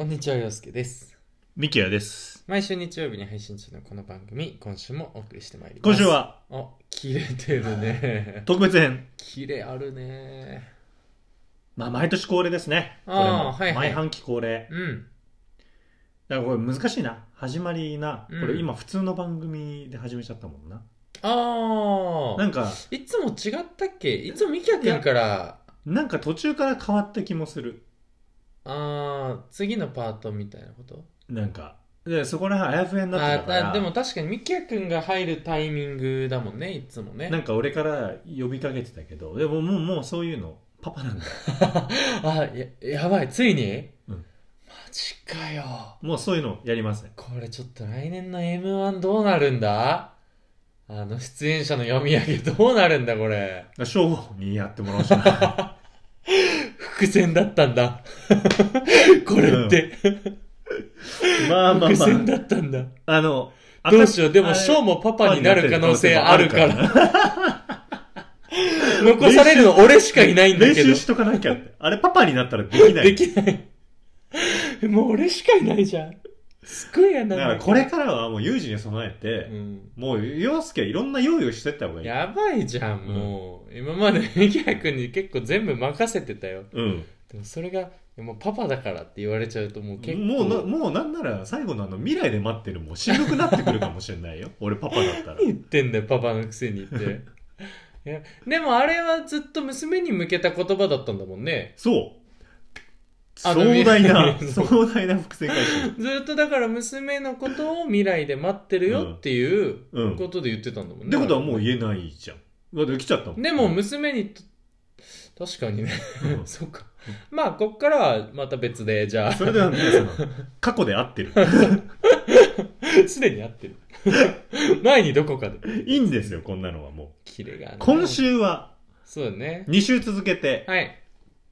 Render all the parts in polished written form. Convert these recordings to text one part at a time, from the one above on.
こんにちは、陽介です。 ミキヤです。 毎週日曜日に配信中のこの番組、今週もお送りしてまいります。 今週は、 切れてるね。 特別編。 切れあるね。 まあ、毎年恒例ですね。これも、はいはい、毎半期恒例。 うん。 だからこれ難しいな。始まりな。 うん、 これ今普通の番組で始めちゃったもんな。 なんか、 いつも違ったっけ？いつもミキヤ君から。 なんか途中から変わった気もする。 次のパートみたいなこと？ なんか、でそこら辺あやふやになってたから。 でも確かにミキヤ君が入るタイミングだもんね、いつもね。 なんか俺から呼びかけてたけど、でももうそういうの、パパなんだよ。やばい、ついに？ うん。 マジかよ。 もうそういうのやりません。 これちょっと来年の M1 どうなるんだ？出演者の読み上げどうなるんだこれ。 正午にやってもらおうしな。 伏線だったんだ。これって、 まあ伏線だったんだ。どうしよう、でもショーもパパになる可能性あるから。残されるの俺しかいないんだけど。 練習しとかなきゃって。あれパパになったらできない。 できない。もう俺しかいないじゃん。すごいやな。 だからこれからはもう有事に備えて、もう陽介いろんな用意をしてった方がいい。 やばいじゃん、もう。今までミキヤ君に結構全部任せてたよ。でもそれが、もうパパだからって言われちゃうともう結構。 もうなんなら最後の未来で待ってるもうしんどくなってくるかもしれないよ。俺パパだったら。 何言ってんだよ、パパのくせにって。いや、でもあれはずっと娘に向けた言葉だったんだもんね。 そう。壮大な伏線回収。 ずっとだから娘のことを未来で待ってるよっていうことで言ってたんだもんね。 ってことはもう言えないじゃん。だって来ちゃったもん。 でも娘に、確かにね。そうか。まあ、こっからはまた別で、じゃあ。 それでは皆様、過去で合ってる。 すでに合ってる。前にどこかで。 いいんですよ、こんなのはもう。 キレがね。 今週は、 そうだね。 2週続けて、 はい。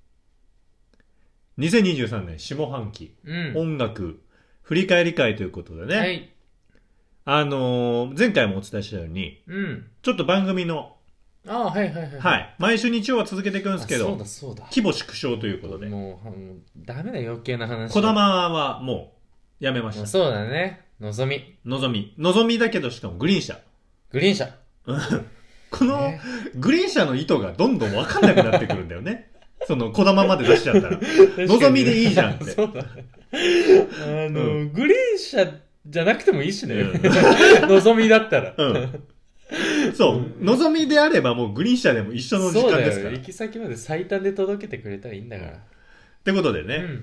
2023年下半期、音楽振り返り会ということでね、はい、前回もお伝えしたように、ちょっと番組の毎週日曜は続けていくんですけど、規模縮小ということで、 もうダメだ余計な話。 こだまはもうやめました。 そうだね。のぞみだけどしかもグリーン車。このグリーン車の意図がどんどん分かんなくなってくるんだよね。その、こだままで出しちゃったら。のぞみでいいじゃんって。 そうだね。グリーン車じゃなくてもいいしね。のぞみだったら。 そう。のぞみであればもうグリーン車でも一緒の時間ですから。 行き先まで最短で届けてくれたらいいんだから。 ってことでね。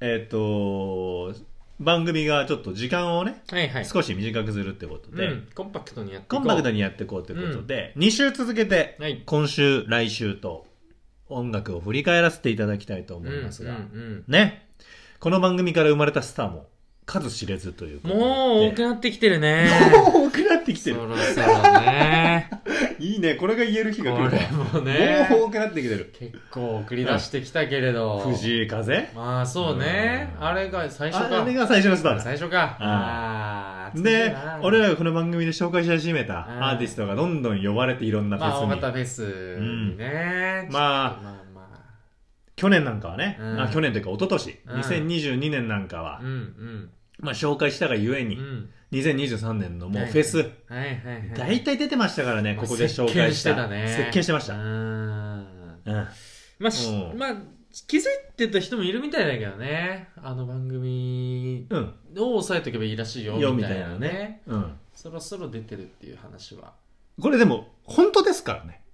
番組がちょっと時間をね、少し短くするってことで、 コンパクトにやっていこうってことで、2週続けて、今週、来週と、音楽を振り返らせていただきたいと思いますが、ね。この番組から生まれたスターも数知れずということで。 もう多くなってきてるね。 もう多くなってきてる。 そろそろね。 いいね。これが言える日が来るわ。 これもね。 もう多くなってきてる。 結構送り出してきたけれど。 藤井風？ まあそうね。あれが最初か。 あれが最初のスターだ。 最初か。 で、俺らがこの番組で紹介し始めたアーティストがどんどん呼ばれていろんなフェスに。 大型フェスにね。 去年なんかはね、去年というか一昨年、2022年なんかは、紹介したがゆえに、2023年のもうフェス、大体出てましたからね、ここで紹介した。席巻してました。 まあ、気づいてた人もいるみたいだけどね。あの番組を押さえとけばいいらしいよ、みたいなね。そろそろ出てるっていう話は。 これでも、本当ですからね。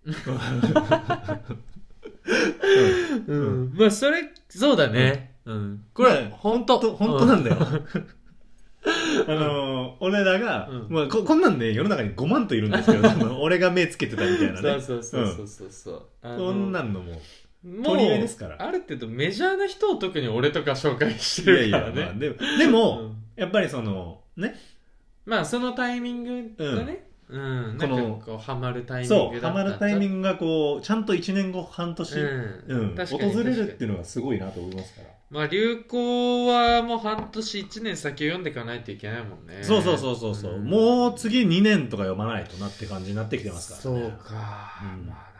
まあ、そうだね。これ、本当なんだよ。俺らが、こんなんで世の中に5万といるんですけど、俺が目つけてたみたいなね。 そう。 こんなんのもう、取り合いですから。 ある程度メジャーな人を特に俺とか紹介してるからね。 でも、やっぱりその、ね。 まあ、そのタイミングがね。なんかこうハマるタイミングだった。 そう、ハマるタイミングがこうちゃんと1年後半年、訪れるっていうのがすごいなと思いますから。 まあ流行はもう半年1年先を読んでいかないといけないもんね。 そう、もう次2年とか読まないとなって感じになってきてますからね。 そうか。まあな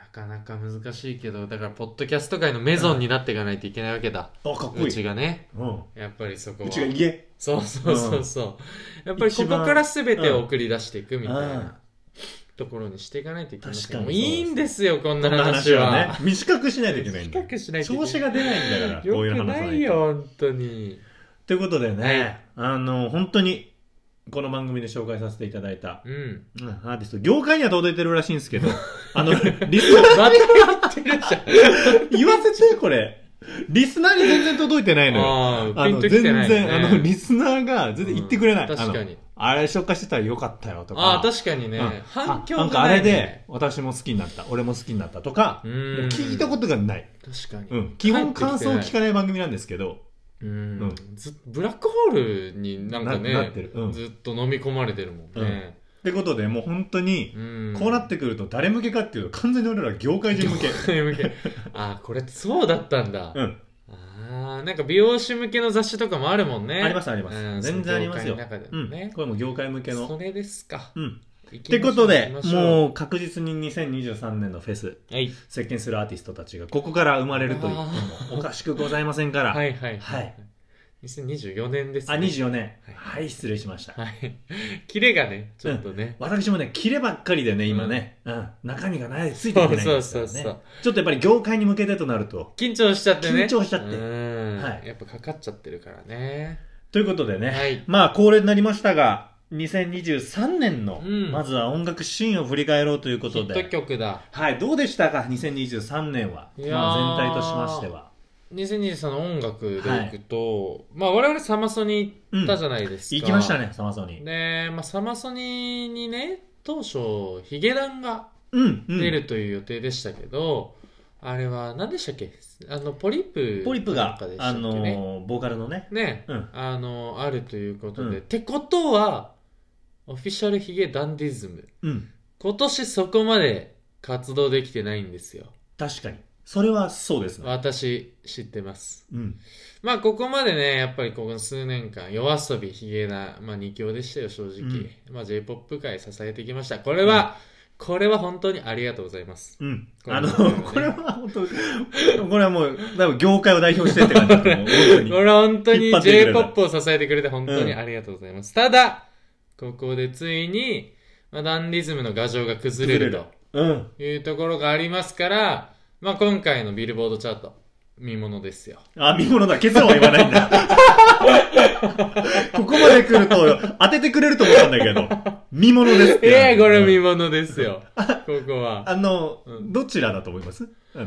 かなか難しいけど、だからポッドキャスト界のメゾンになっていかないといけないわけだ。 あ、かっこいい。 うちがね、やっぱりそこはうちが家。 そうやっぱりここから全てを送り出していくみたいなところにしていかないといけない。確かにいいんですよ、こんな話はね。 短くしないといけないんだ。 短くしないといけない。 調子が出ないんだから、こういう話さないと。 ないよ、本当に。 ということでね、本当にこの番組で紹介させていただいた、アーティスト、業界には届いてるらしいんですけど、リスナーまた言ってるじゃん。 言わせて、これ。リスナーに全然届いてないのよ。全然、リスナーが全然言ってくれない。 確かに。 あれ紹介してたらよかったよとか。 確かにね。反響がない。 なんかあれで、私も好きになった、俺も好きになったとか、聞いたことがない。 確かに。 基本感想を聞かない番組なんですけど、 ブラックホールになんかね、ずっと飲み込まれてるもんね。 ってことで、もう本当に、こうなってくると誰向けかっていうと、完全に俺ら業界人向け。 これそうだったんだ。なんか美容師向けの雑誌とかもあるもんね。 ありますあります。全然ありますよ。これも業界向けの。 それですか。 ってことで、もう確実に2023年のフェス、席巻するアーティストたちがここから生まれると言ってもおかしくございませんから。 はい。2024年ですね。 24年。はい、失礼しました。 キレがね、ちょっとね。 私もね、キレばっかりでね、今ね、中身がない、ついていけないんですからね。ちょっとやっぱり業界に向けてとなると。 緊張しちゃってね。 緊張しちゃって。 やっぱかかっちゃってるからね。 ということでね、まあ恒例になりましたが、2023年の、まずは音楽シーンを振り返ろうということで。 ヒット曲だ。 はい、どうでしたか、2023年は。まあ全体としましては。 2023の音楽でいくと、まあ我々サマソニ行ったじゃないですか。 行きましたね、サマソニ。 で、まあサマソニにね、当初、ヒゲダンが出るという予定でしたけど、あれは何でしたっけ、ポリップが、ボーカルのね。 あるということで。ってことは、オフィシャルヒゲダンディズム。今年そこまで活動できてないんですよ。 確かに。それはそうですね。 私、知ってます。まあ、ここまでね、やっぱりここ数年間、夜遊び、ヒゲダン、まあ、2強でしたよ、正直。まあ、J-POP 界支えてきました。これは本当にありがとうございます。 これは本当、これはもう、多分業界を代表してって感じだと思う。 これは本当に J-POP を支えてくれて本当にありがとうございます。ただ、ここでついに、まあ、ダンディズムの牙城が崩れるというところがありますから、まあ今回のビルボードチャート、見物ですよ。 見物だ。結論は言わないんだ。ここまで来ると当ててくれると思ったんだけど、見物ですって。 これ見物ですよ。ここは。 どちらだと思います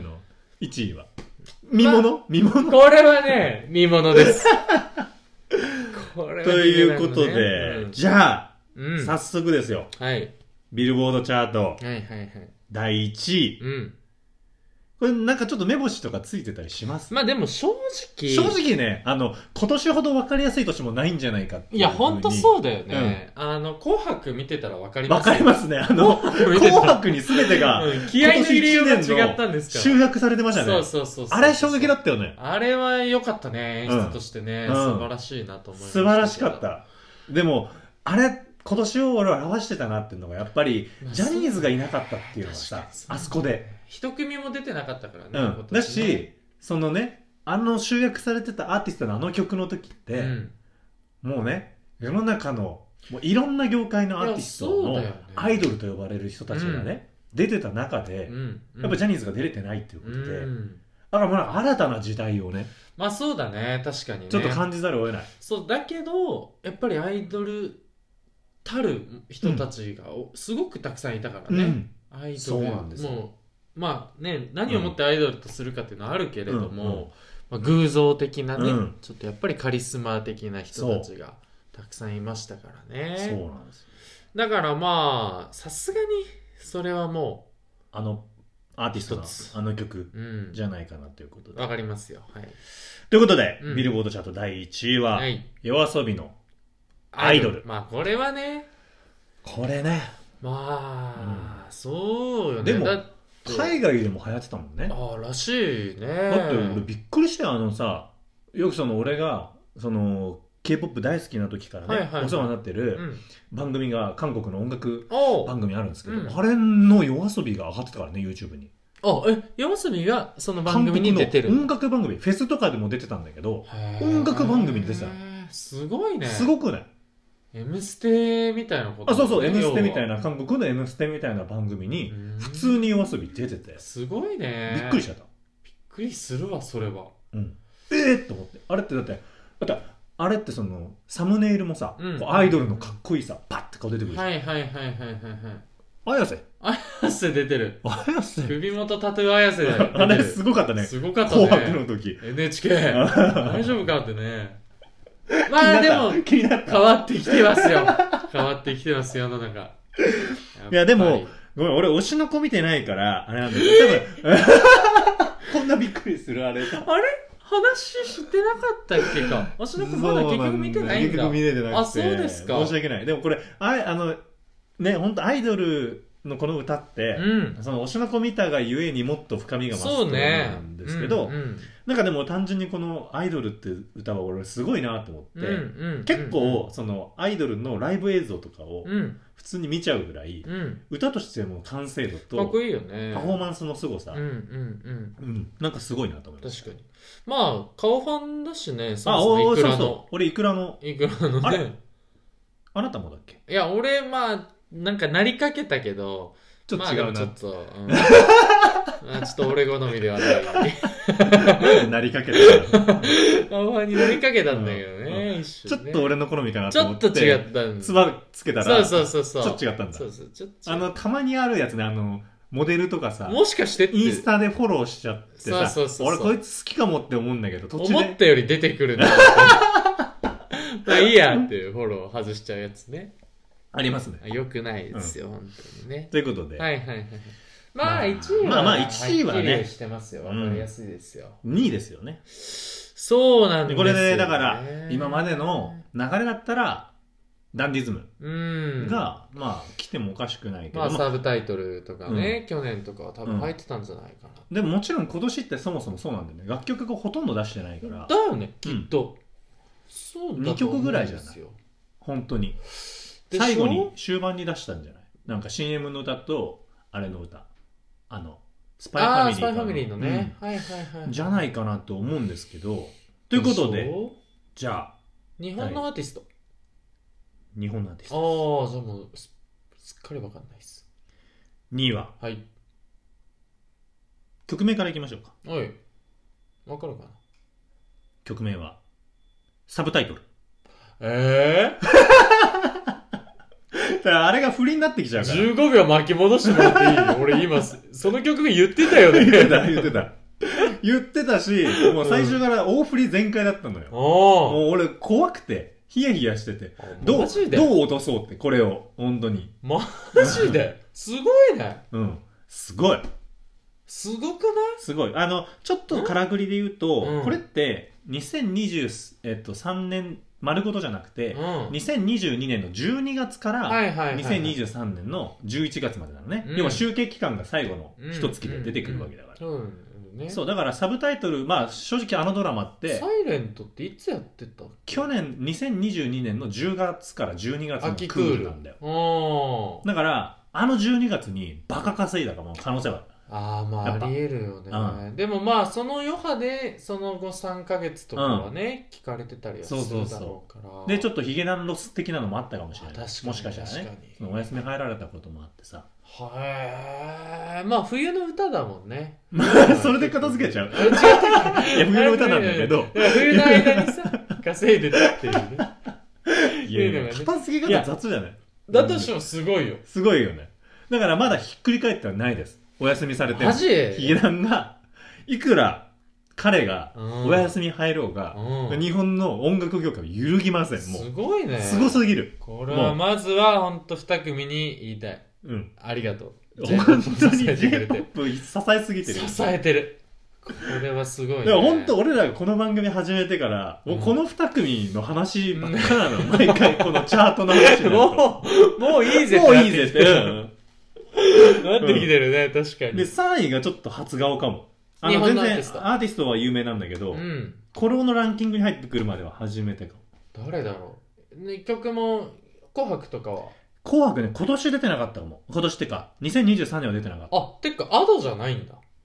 ？1位は。見物？見物？ これはね、見物です。 ということで、じゃあ、早速ですよ。ビルボードチャート。第1位。これなんかちょっと目星とかついてたりします？ まあでも正直ね、今年ほど分かりやすい年もないんじゃないかっていう。 いや、ほんとそうだよね。紅白見てたら分かりますよ。分かりますね。紅白に全てが、 気合の入れようが違ったんですから。 集約されてましたね。 そう。 あれ衝撃だったよね。 あれは良かったね、演出としてね。素晴らしいなと思いました。 素晴らしかった。でも、あれ、今年を俺は表してたなっていうのが、やっぱり、ジャニーズがいなかったっていうのがさ、あそこで。 一組も出てなかったからね。 だし、そのね、集約されてたアーティストの曲の時って、もうね、世の中の、もういろんな業界のアーティストのアイドルと呼ばれる人たちがね、出てた中で、やっぱジャニーズが出れてないっていうことで、だからもう新たな時代をね、 まあそうだね、確かにね。 ちょっと感じざるを得ない。 そう、だけど、やっぱりアイドルたる人たちがすごくたくさんいたからね。アイドル。そうなんですよ。まあね、何をもってアイドルとするかっていうのはあるけれども、偶像的なね、ちょっとやっぱりカリスマ的な人たちがたくさんいましたからね。 そうなんです。 だからまあ、さすがにそれはもう、アーティストの曲じゃないかなということで。 わかりますよ。はい。 ということで、ビルボードチャート第1位は、YOASOBIのアイドル。 まあこれはね。 これね。 まあ、そうよね。 でも、海外でも流行ってたもんね。 らしいね。 だって俺びっくりしたよ。よく俺が、K-POP 大好きな時からね、お世話になってる番組が、韓国の音楽番組あるんですけど、あれのYOASOBIが上がってたからね、YouTube に。 山住がその番組に出てる。 音楽番組、フェスとかでも出てたんだけど、音楽番組に出てた。 すごいね。 すごくない？ M ステみたいなこと、 ね、そう、M ステみたいな、韓国の M ステみたいな番組に、普通に夜遊び出てて。 すごいね。 びっくりしちゃった。 びっくりするわ、それは。 うん。と思って。あれってだって、あれってその、サムネイルもさ、アイドルのかっこいいさ、パッて顔出てくるじゃん。 はい。綾瀬出てる。 綾瀬首元タトゥー綾瀬だよ。 あれすごかったね。 すごかったね。 紅白の時。 NHK。大丈夫かってね。まあでも、変わってきてますよ。変わってきてますよ、世の中。 いやでも、ごめん、俺推しの子見てないから、あれなんだけど、多分、こんなびっくりするあれ。 あれ話してなかったっけか。推しの子まだ結局見てないんだ。 結局見れてなくて。 あ、そうですか。 申し訳ない。でもこれ、ね、ほんとアイドルのこの歌って、その推しの子見たがゆえにもっと深みが増すとなんですけど、なんかでも単純にこのアイドルって歌は俺すごいなと思って、結構そのアイドルのライブ映像とかを普通に見ちゃうぐらい、歌としての完成度とかっこいいよね、 パフォーマンスの凄さ、なんかすごいなと思います。 確かに。まあ顔ファンだしね。 そう俺イクラのね。 あれあなたもだっけ？ いや俺なんかなりかけたけど、 ちょっと違うな。 ちょっと、ちょっと俺好みではない。 なりかけた。 顔ファンになりかけたんだけどね、一瞬ね。 ちょっと俺の好みかなと思って。 ちょっと違ったんつばつけたら、 そう。 ちょっと違ったんだ。 そう、ちょっとたまにあるやつね、モデルとかさ、 もしかしてインスタでフォローしちゃってさ、俺こいつ好きかもって思うんだけど、 途中で思ったより出てくるんだ。まあいいやっていうフォロー外しちゃうやつね。 ありますね。 よくないですよ、本当にね。 ということで。 はい。まあ1位は、 1位はね、 してますよ。わかりやすいですよ。 2位ですよね。 そうなんですよ。 これね、だから、今までの流れだったら、ダンディズムが、来てもおかしくないけど。 サブタイトルとかね、去年とかは多分入ってたんじゃないかな。 でももちろん今年ってそもそもそうなんだよね。楽曲がほとんど出してないから。 だよね、きっと。そうだと思うんですよ。2 曲ぐらいじゃない。本当に。最後に終盤に出したんじゃない？なんか CM の歌とあれの歌、スパイファミリーのね、 じゃないかなと思うんですけど、ということで、じゃあ日本のアーティスト、ああ、じゃあもうすっかりわかんないです。 2位は曲名からいきましょうか。 はい、わかるかな。 曲名はサブタイトル。だからあれが振りになってきちゃうから。 15秒巻き戻してもらっていい？俺今、その曲言ってたよね。 言ってたし、もう最初から大振り全開だったのよ。もう俺怖くて、ヒヤヒヤしてて。どう落とそうって、これを。本当に。 マジですごいね。 すごい。 すごくない？ すごい。ちょっとからくりで言うと、これって、2023年、丸ごとじゃなくて、2022年の12月から2023年の11月までなのね。要は集計期間が最後の一月で出てくるわけだから。そう、だからサブタイトル、正直ドラマって、 サイレントっていつやってた？ 去年、2022年の10月から12月のクールなんだよ。だから、12月にバカ稼いだかも可能性はある。 ありえるよね。でもその余波でその後3ヶ月とかはね、聞かれてたりはするだろうから。 でちょっとヒゲダンロス的なのもあったかもしれない。もしかしたらね、お休み入られたこともあってさ。 冬の歌だもんね。 それで片付けちゃう。違ったっけ？いや、冬の歌なんだけど、 冬の間にさ稼いでたっていうね。 いや、片付け方雑じゃない？ だとしてもすごいよ。 すごいよね。だからまだひっくり返ってはないです。お休みされてるヒゲダンがいくら彼がお休み入ろうが、日本の音楽業界は揺るぎません。もうすごいね。 すごすぎる。 これはまずは本当2組に言いたい。ありがとう。 本当に J-POP 支えすぎてる。 支えてる。これはすごいね。 でも本当俺らがこの番組始めてから、もうこの2組の話ばっかなの。毎回このチャートの話もういいぜって。 もういいぜって。 なってきてるね、確かに。 で、3位がちょっと初顔かも。全然アーティストは有名なんだけど、これのランキングに入ってくるまでは初めてかも。誰だろう。曲も、紅白とかは紅白ね、今年出てなかったかも。今年ってか、2023年は出てなかった。 てか、アドじゃないんだ。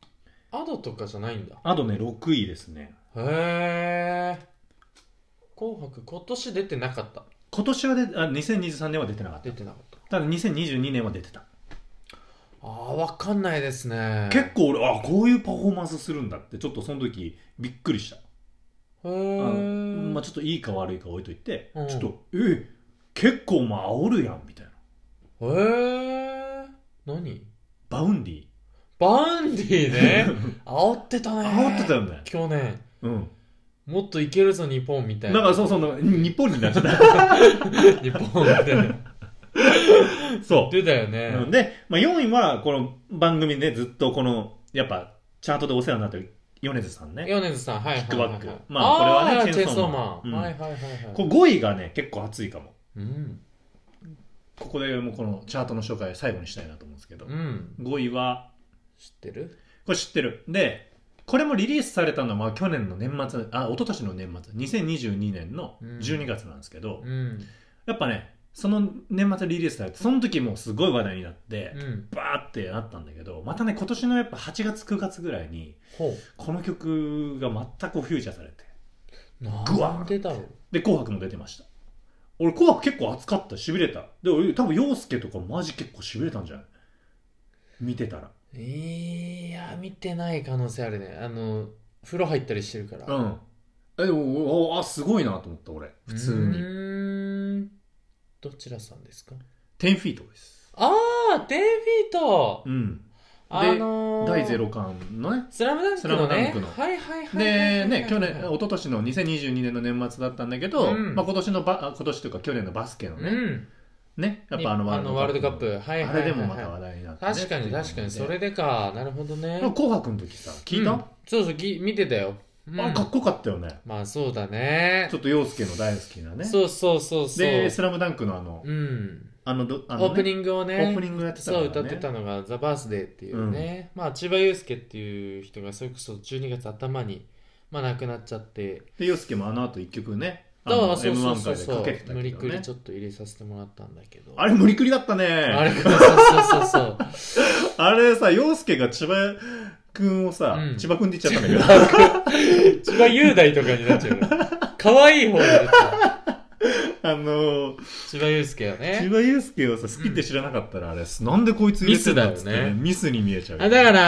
アドとかじゃないんだ。 アドね、6位ですね。 へえ。紅白今年出てなかった。 今年は2023年は出てなかった。 出てなかった。 ただ2022年は出てた。 わかんないですね。 結構俺、こういうパフォーマンスするんだってちょっとその時びっくりした。ちょっといいか悪いか置いといて、ちょっと結構煽るやんみたいな。何？ バウンディね。煽ってたね。 煽ってたよね。 去年。もっといけるぞ日本みたいな。 なんかそう日本になっちゃった。 日本みたいな。そう。出たよね。 で、4位はこの番組でずっとやっぱチャートでお世話になってる米津さんね。 米津さん、はい。 キックバック。これはね、チェーンソーマン。 はい。 これ5位がね、結構熱いかも。ここでもうこのチャートの紹介最後にしたいなと思うんですけど。5位は、 知ってる？ これ知ってる。で、これもリリースされたのは去年の年末、一昨年の年末、2022年の12月なんですけど、やっぱね、その年末リリースされて、その時もすごい話題になって、バーってなったんだけど、またね、今年のやっぱ8月9月ぐらいに、この曲が全くフューチャーされて、 なんでだろう。 で、紅白も出てました。俺、紅白結構熱かった、痺れた。で、俺、多分、陽介とかマジ結構痺れたんじゃない？見てたら。 いや、見てない可能性あるね。風呂入ったりしてるから。 でも、すごいなと思った、俺。普通に。 どちらさんですか ？10フィートです。 10フィート。 第0巻のね。 スラムダンクのね。 で、ね、一昨年の2022年の年末だったんだけど、今年というか去年のバスケのね。ね、やっぱワールドカップ。 あれでもまた話題になって。 確かに、それでか。なるほどね。 紅白の時さ、聞いた？ そう、見てたよ。 かっこよかったよね。 そうだね。 ちょっと陽介の大好きなね。 そう。 で、スラムダンクのオープニングをね、 オープニングやってたからね。 そう、歌ってたのがザ・バースデーっていうね。千葉雄介っていう人がそれこそ12月頭に亡くなっちゃって。 で、陽介もあの後一曲ね、M1 回でかけてたけどね。 無理くりちょっと入れさせてもらったんだけど。 あれ無理くりだったね。 そう。 あれさ、陽介が千葉くんをさ、千葉くんって言っちゃったんだけど。千葉雄大とかになっちゃう。可愛い方になっちゃう。千葉雄介はね。 千葉雄介をさ、好きって知らなかったら、あれ、なんでこいつ入れてんだっつってね。ミスに見えちゃう。 だから、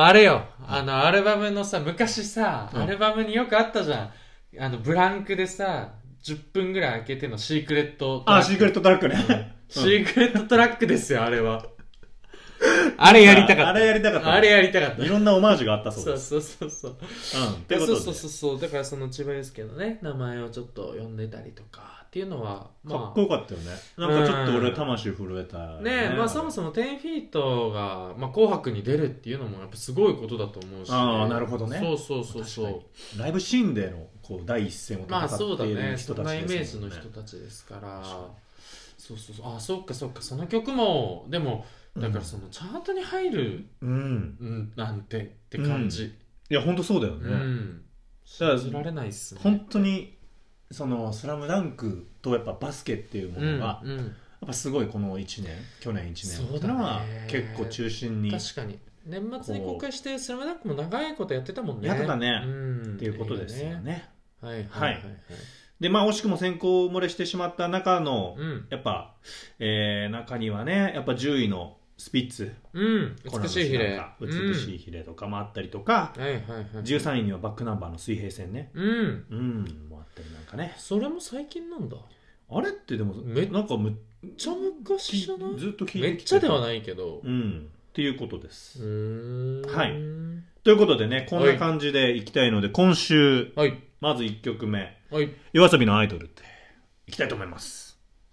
あれよ。アルバムのさ、昔さ、アルバムによくあったじゃん。ブランクでさ、10分ぐらい開けてのシークレットトラック。 シークレットトラックね。 シークレットトラックですよ、あれは。あれやりたかった。 あれやりたかった。いろんなオマージュがあったそうです。 そう。ってことで。そう。だからその千葉雄介のね、名前をちょっと呼んでたりとかっていうのは、 かっこよかったよね。なんかちょっと俺魂震えた。 ね、そもそも10フィートが、紅白に出るっていうのもやっぱすごいことだと思うし。 なるほどね。 そう。 ライブシーンでの第一線を戦っている人たちですよね。 そんなイメージの人たちですから。そう。そっか。その曲も、でも、だからそのチャートに入るなんてって感じ。 いや、ほんとそうだよね。 信じられないっすね。 本当に、スラムダンクとやっぱバスケっていうものが、やっぱすごいこの1年、去年1年っていうのは結構中心に。 確かに。年末に公開してスラムダンクも長いことやってたもんね。 やってたね。っていうことですよね。 はい。 で、惜しくも先行漏れしてしまった中の、やっぱ、中にはね、やっぱ10位のスピッツ。 美しいヒレ。 美しいヒレとかもあったりとか、13位にはバックナンバーの水平線ね。もあったりなんかね。 それも最近なんだ。 あれってでも、なんかめっちゃ昔じゃない？ ずっと聞いてきてめっちゃではないけど。 っていうことです。はい。ということでね、こんな感じでいきたいので、今週、まず1曲目、YOASOBIのアイドルっていきたいと思います。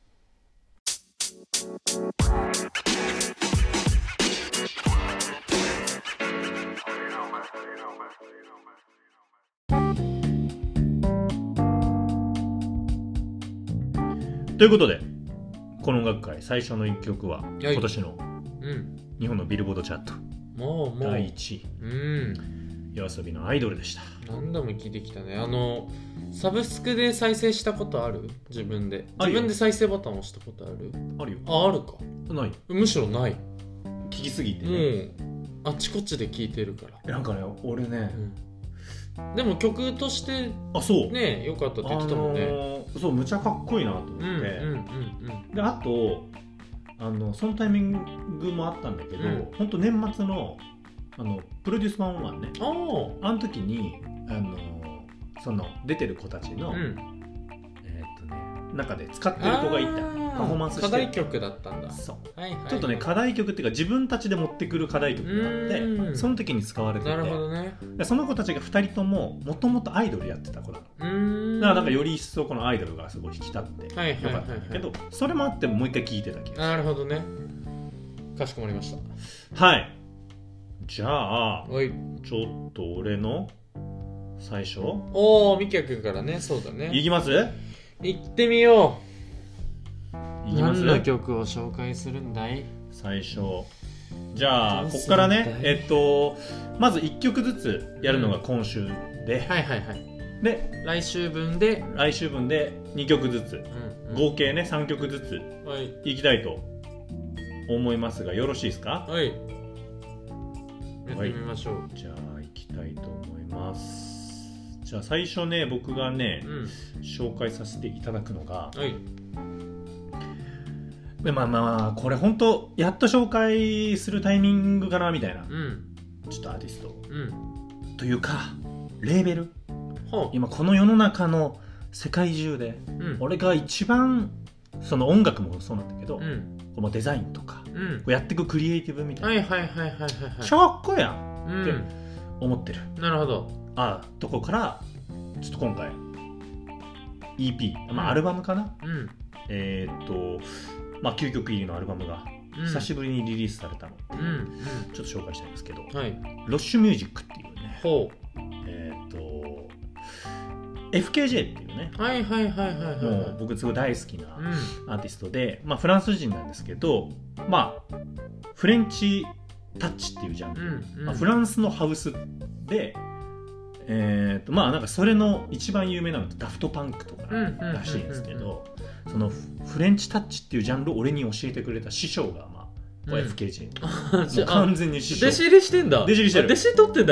ということで、この音楽会最初の1曲は今年の日本のビルボードチャート第1位、YOASOBIのアイドルでした。 何度も聞いてきたね。サブスクで再生したことある？自分で再生ボタン押したことある？ あるよ。 あるか。 ない。 むしろない。 聞きすぎてね。 あっちこっちで聴いてるから。 なんかね俺ね、 でも曲としてね良かったって言ってたもんね。 そうむちゃかっこいいなと思って、であとそのタイミングもあったんだけど、本当年末のプロデュース101ね、あの時にその出てる子たちの、中で使ってる子がいた、パフォーマンスして課題曲だったんだ。 そう、ちょっとね課題曲っていうか自分たちで持ってくる課題曲があってその時に使われてて、 なるほどね、 その子たちが2人とももともとアイドルやってた子なの。だからなんかより一層このアイドルがすごい引き立ってよかったんだけど、それもあってもう一回聴いてた気がする。 なるほどね、かしこまりました。 はい、じゃあちょっと俺の最初みきやくんからね。そうだね、 いきます。 行ってみよう。いきます。 何の曲を紹介するんだい最初。じゃあここからねまず1曲ずつやるのが今週で、で来週分で 2曲ずつ、合計ね3曲ずついきたいと思いますがよろしいですか。 はい、やってみましょう。 じゃあいきたいと思います。じゃあ最初ね僕がね、紹介させていただくのが、まあこれ本当やっと紹介するタイミングかなみたいな、ちょっとアーティスト、というかレーベル、今この世の中の世界中で、俺が一番その音楽もそうなんだけど、このデザインとか、やっていくクリエイティブみたいな、ちょっこやんって思ってる。 なるほど。 とこからちょっと今回 EP、アルバムかな、9曲入りのアルバムが久しぶりにリリースされたので、ちょっと紹介したいんですけど、ロッシュミュージックっていうね、FKJ っていうね、もう僕すごい大好きなアーティストで、フランス人なんですけど、フレンチタッチっていうジャンル、フランスのハウスでなんかそれの一番有名なのってダフトパンクとからしいんですけど、そのフレンチタッチっていうジャンルを俺に教えてくれた師匠がFKJ、完全に師匠。 弟子入りしてんだ。 弟子入りしてる。 弟子取ってんだ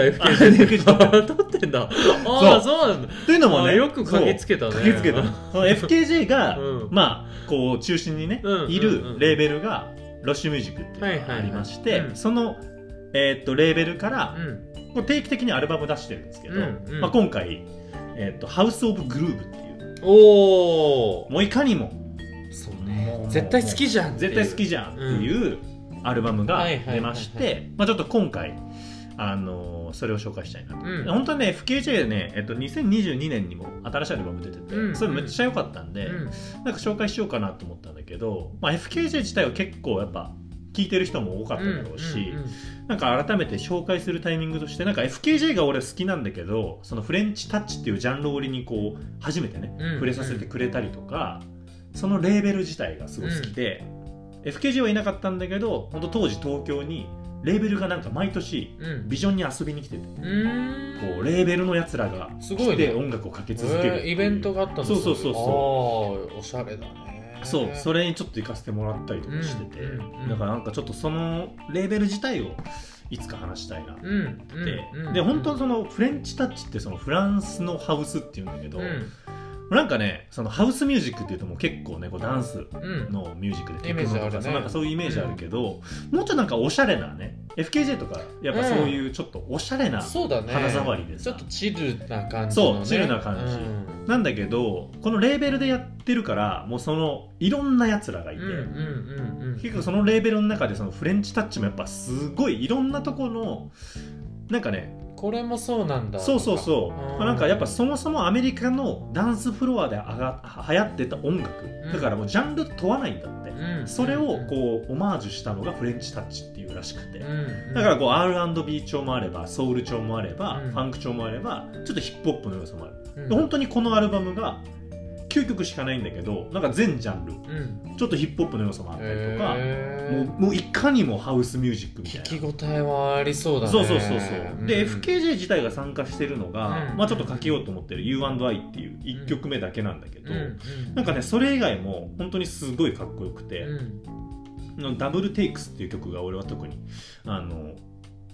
FKJ。取ってんだ。そうなんだ。 というのもね、 よく嗅ぎつけたね。 嗅ぎつけた。その FKJ がこう中心にねいるレーベルがロッシュミュージックっていうのがありまして、そのレーベルから定期的にアルバム出してるんですけど、今回ハウスオブグルーブっていう、もういかにもそうね、絶対好きじゃんっていうアルバムが出まして、ちょっと今回それを紹介したいなと。本当はね FKJ ね、2022年にも新しいアルバム出てて、それめっちゃ良かったんで、なんか紹介しようかなと思ったんだけど、FKJ 自体は結構やっぱ聴いてる人も多かっただろうし、なんか改めて紹介するタイミングとして、なんか FKJ が俺好きなんだけど、そのフレンチタッチっていうジャンルを俺にこう初めてね、触れさせてくれたりとか、そのレーベル自体がすごい好きで、FKJ はいなかったんだけど、本当当時東京にレーベルがなんか毎年ビジョンに遊びに来てて、こうレーベルのやつらが来て音楽をかけ続ける、 イベントがあったんですよ。 そうおしゃれだね。 そう、それにちょっと行かせてもらったりとかしてて、だからなんかちょっとそのレーベル自体をいつか話したいなって、で本当にそのフレンチタッチってそのフランスのハウスっていうんだけど、なんかね、そのハウスミュージックっていうともう結構ねこうダンスのミュージックでテクノとか、なんかそういうイメージあるけど、もうちょっとなんかおしゃれなね、 FKJ とかやっぱそういうちょっとおしゃれな肌触りでさ、 ちょっとチルな感じのね、 そうチルな感じなんだけど、このレーベルでやってるからもうそのいろんなやつらがいて、結構そのレーベルの中でそのフレンチタッチもやっぱすごいいろんなとこのなんかね、 これもそうなんだ。 そうなんかやっぱそもそもアメリカのダンスフロアで流行ってた音楽、だからもうジャンル問わないんだって、それをこうオマージュしたのがフレンチタッチっていうらしくて、だからこう R&B 調もあればソウル調もあれば、ファンク調もあればちょっとヒップホップの要素もある、本当にこのアルバムが9曲しかないんだけど、なんか全ジャンル、ちょっとヒップホップの要素もあったりとか、もういかにもハウスミュージックみたいな聞き応えはありそうだね。 そうで FKJ 自体が参加してるのが、ちょっとかけようと思ってる U&I っていう1曲目だけなんだけど、なんかねそれ以外も本当にすごいかっこよくて、ダブルテイクスっていう曲が俺は特に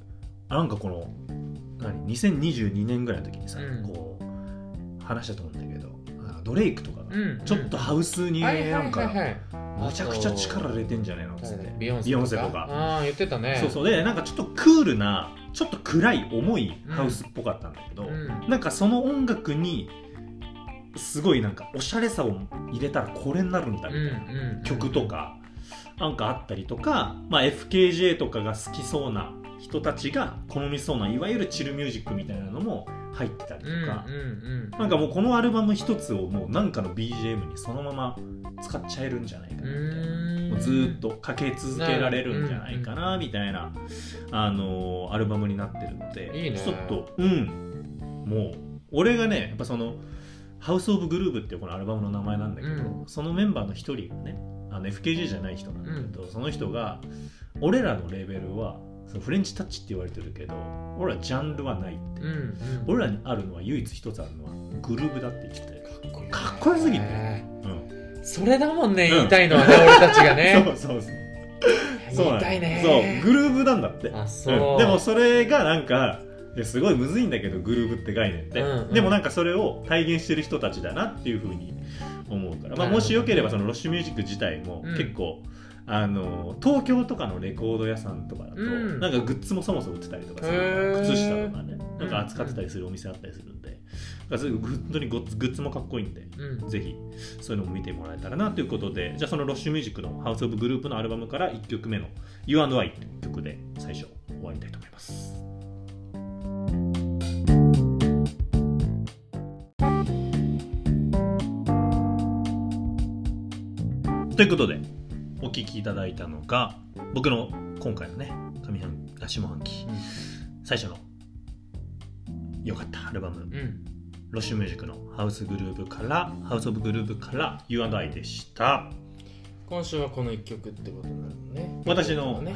なんかこの2022年ぐらいの時にさ、こう話したと思うんだけど、ドレイクとかがちょっとハウスになんかめちゃくちゃ力入れてんじゃねえのっつって、 ビヨンセとか言ってたね。 そうでなんかちょっとクールなちょっと暗い重いハウスっぽかったんだけど、なんかその音楽にすごいなんかおしゃれさを入れたらこれになるんだみたいな曲とかなんかあったりとか、FKJ とかが好きそうな人たちが好みそうないわゆるチルミュージックみたいなのも入ってたりとか、なんかもうこのアルバム一つをもうなんかの BGM にそのまま使っちゃえるんじゃないかなみたいな、もうずっとかけ続けられるんじゃないかなみたいなアルバムになってるので、 いいね、 ちょっともう俺がねやっぱそのハウスオブグルーブっていうこのアルバムの名前なんだけど、そのメンバーの一人がねFKJ じゃない人なんだけど、その人が俺らのレベルはそのフレンチタッチって言われてるけど俺らジャンルはないって、俺らにあるのは唯一一つあるのはグルーブだって言ってて、かっこよすぎて、 それだもんね言いたいのはね俺たちがねそう言いたいね、 そうグルーブなんだって。でもそれがなんかすごいむずいんだけどグルーブって概念って、でもなんかそれを体現してる人たちだなっていう風に思うから、もしよければそのロッシュミュージック自体も結構、東京とかのレコード屋さんとかだと、なんかグッズもそもそも売ってたりとかする、靴下とかねなんか扱ってたりするお店あったりするんで、本当にグッズもかっこいいんで、ぜひそういうのも見てもらえたらなということで、じゃあそのロッシュミュージックのハウスオブグループのアルバムから1曲目の You and I という曲で最初終わりたいと思います。ということでお聴きいただいたのが僕の今回のね下半期、最初の良かったアルバム、ロッシュミュージックのハウスオブグループから You and I でした。 今週はこの1曲ってことなのね。 私のはこ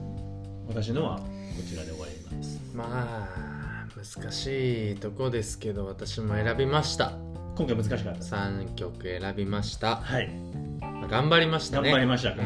ちらで終わります。 難しいとこですけど私も選びました。 今回難しかった。 3曲選びました。 はい、 頑張りましたね。 頑張りました今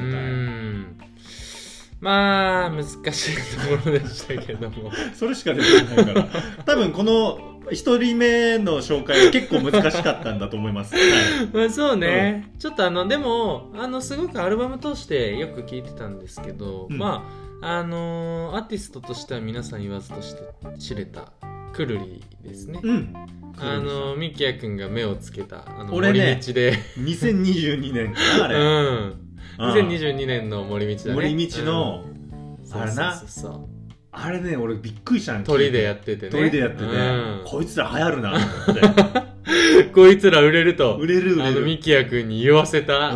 回。難しいところでしたけどもそれしか出てないから多分この1人目の紹介は結構難しかったんだと思います、 そうね、ちょっとでもすごくアルバム通してよく聴いてたんですけど、アーティストとしては皆さん言わずとして知れたくるりですね。ミキヤ君が目をつけた森道で、 2022年かなあれ、 2022年の森道だね。 森道の、あれな、あれね俺びっくりしたの。 鳥でやっててね、 こいつら流行るなと思ってこいつら売れるとミキヤ君に言わせた、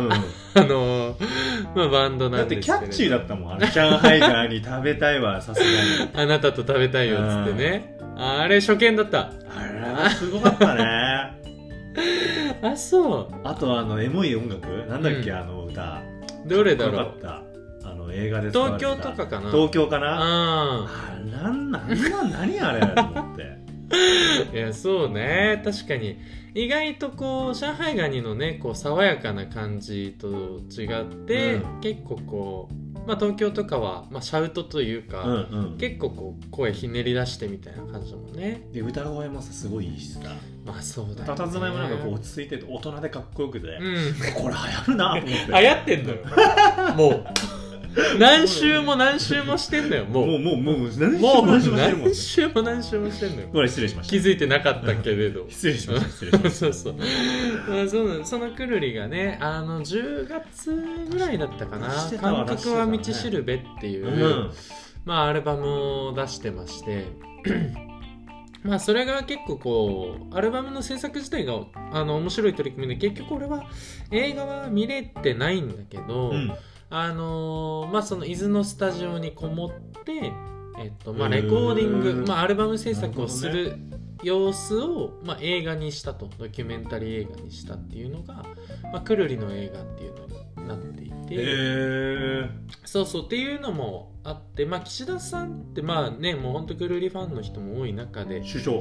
バンドなんですけど、 だってキャッチーだったもん。上海ガーに食べたいわ、さすがにあなたと食べたいよっつってね。あれ初見だった。 あれすごかったねそう。 あとエモい音楽なんだっけ、歌どれだろう。 かった映画で使われた東京とかかな。 東京かな。何あれと思っていやそうね、確かに意外とこう上海ガニのねこう爽やかな感じと違って、結構こう、東京とかは、シャウトというか、結構こう声ひねり出してみたいな感じだもんね。 で歌声もさすごいいいしさ、 そうだよね、 佇まいもなんかこう落ち着いてて大人でかっこよくて、これ流行るなと思って流行ってんのよもう何周もしてんのよ。もう何周もしてんのよ。 これ失礼しました。 気づいてなかったけれど失礼しましたそうそのくるりがね10月ぐらいだったかな、感覚は道しるべっていう、アルバムを出してましてそれが結構こうアルバムの制作自体が面白い取り組みで、結局俺は映画は見れてないんだけど、その伊豆のスタジオにこもってレコーディング、アルバム制作をする様子を、映画にしたと、ドキュメンタリー映画にしたっていうのが、くるりの映画っていうのになっていて、そうっていうのもあって、岸田さんってもう本当くるりファンの人も多い中で、 首相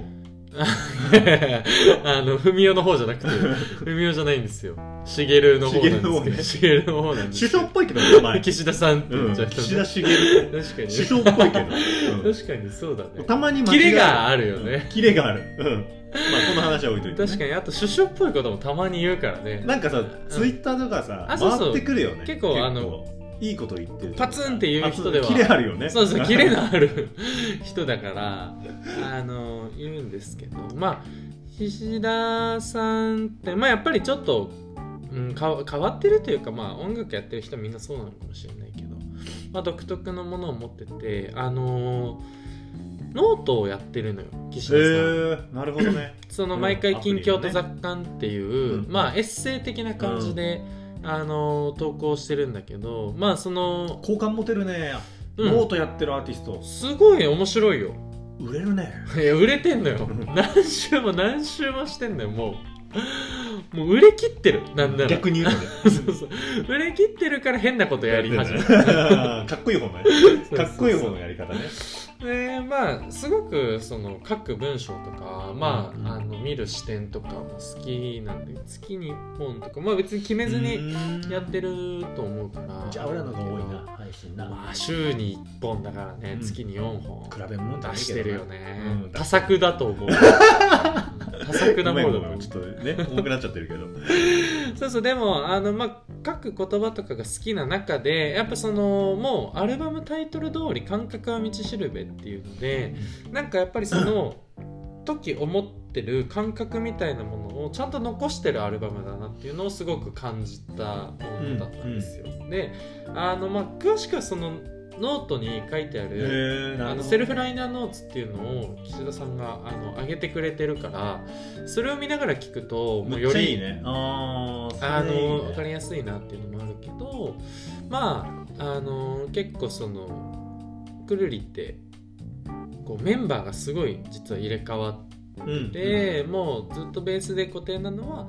文雄の方じゃなくて、文雄じゃないんですよ。しげるの方なんですけど。しげるの方なんです。 首相っぽいけど、名前。 岸田さんって言っちゃう人、 岸田しげる。 確かに。 首相っぽいけど。 確かにそうだね。 たまにキレがあるよね。 キレがある。まあ、この話は置いといて。 確かに、あと首相っぽいこともたまに言うからね。 なんかさ、ツイッターとかさ、回ってくるよね。 結構、 いいこと言ってる。 パツンって言う人では。 キレあるよね。 そうそう、キレのある人だから、言うんですけど、まあ、岸田さんって、まあやっぱりちょっと、変わってるというか、まあ音楽やってる人はみんなそうなのかもしれないけど、まあ独特のものを持ってて、ノートをやってるのよ、岸田さん。 なるほどね。 その毎回近況と雑感っていう、まあエッセイ的な感じで、投稿してるんだけど、まあその好感持てるね、ノートやってるアーティスト。 すごい面白いよ。 売れるね。 いや売れてんのよ。何週もしてんのよ。もう売れ切ってる。なんなら逆に言うとね。 そうそう、売れ切ってるから変なことやり始めた。かっこいい方のね。かっこいい方のやり方ね。 でまあすごくその書く文章とか、まあ見る視点とかも好きなんで、月に1本とか、まあ別に決めずにやってると思うから。 じゃあ俺らのが多いな、配信な。 まあ週に1本だからね、月に4本比べ物出してるよね。多作だと思う。多作な方だもん。 ちょっとね重くなっちゃってるけど。 そうそう、でもまあ書く言葉とかが好きな中で、やっぱそのもうアルバムタイトル通り感覚は道しるべっていうので、なんかやっぱりその時思ってる感覚みたいなものをちゃんと残してるアルバムだなっていうのをすごく感じたものだったんですよ。でまあ詳しくはそのノートに書いてあるセルフライナーノーツっていうのを岸田さんが上げてくれてるから、それを見ながら聞くともうより分かりやすいなっていうのもあるけど、まあ結構そのくるりってこうメンバーがすごい実は入れ替わってて、もうずっとベースで固定なのは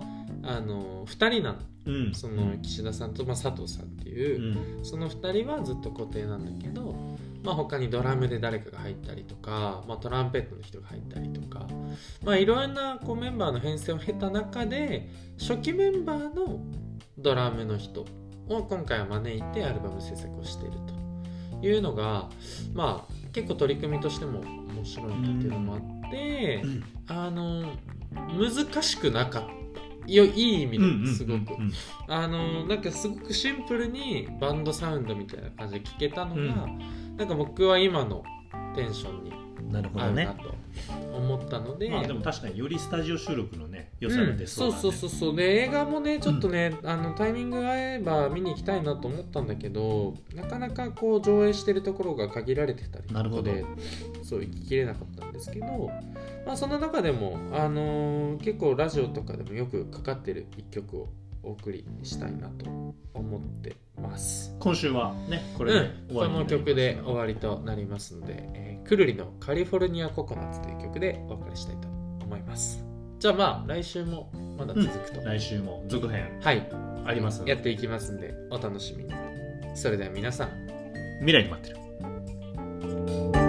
2人なの。その岸田さんと、佐藤さんっていう、その2人はずっと固定なんだけど、他にドラムで誰かが入ったりとか、トランペットの人が入ったりとか、いろんなこうメンバーの編成を経た中で初期メンバーのドラムの人を今回は招いてアルバム制作をしているというのが、結構取り組みとしても面白いんだっていうのもあって、難しくなかった。いい意味ですごくなんかすごくシンプルにバンドサウンドみたいな感じで聴けたのが、なんか僕は今のテンションに合うなと思ったので、 でも確かによりスタジオ収録のね良さが出そうだね。 そうで映画もねちょっとね、タイミングが合えば見に行きたいなと思ったんだけど、なかなかこう上映してるところが限られてたりとかでそう行ききれなかったんですけど、その中でも、結構ラジオとかでもよくかかってる一曲をお送りしたいなと思ってます。 今週はねこれで終わり、 この曲で終わりとなりますので、くるりのカリフォルニアココナッツという曲でお別れしたいと思います。じゃあ来週もまだ続くと、 来週も続編ありますので、やっていきますんでお楽しみに。それでは皆さん、 未来に待ってる。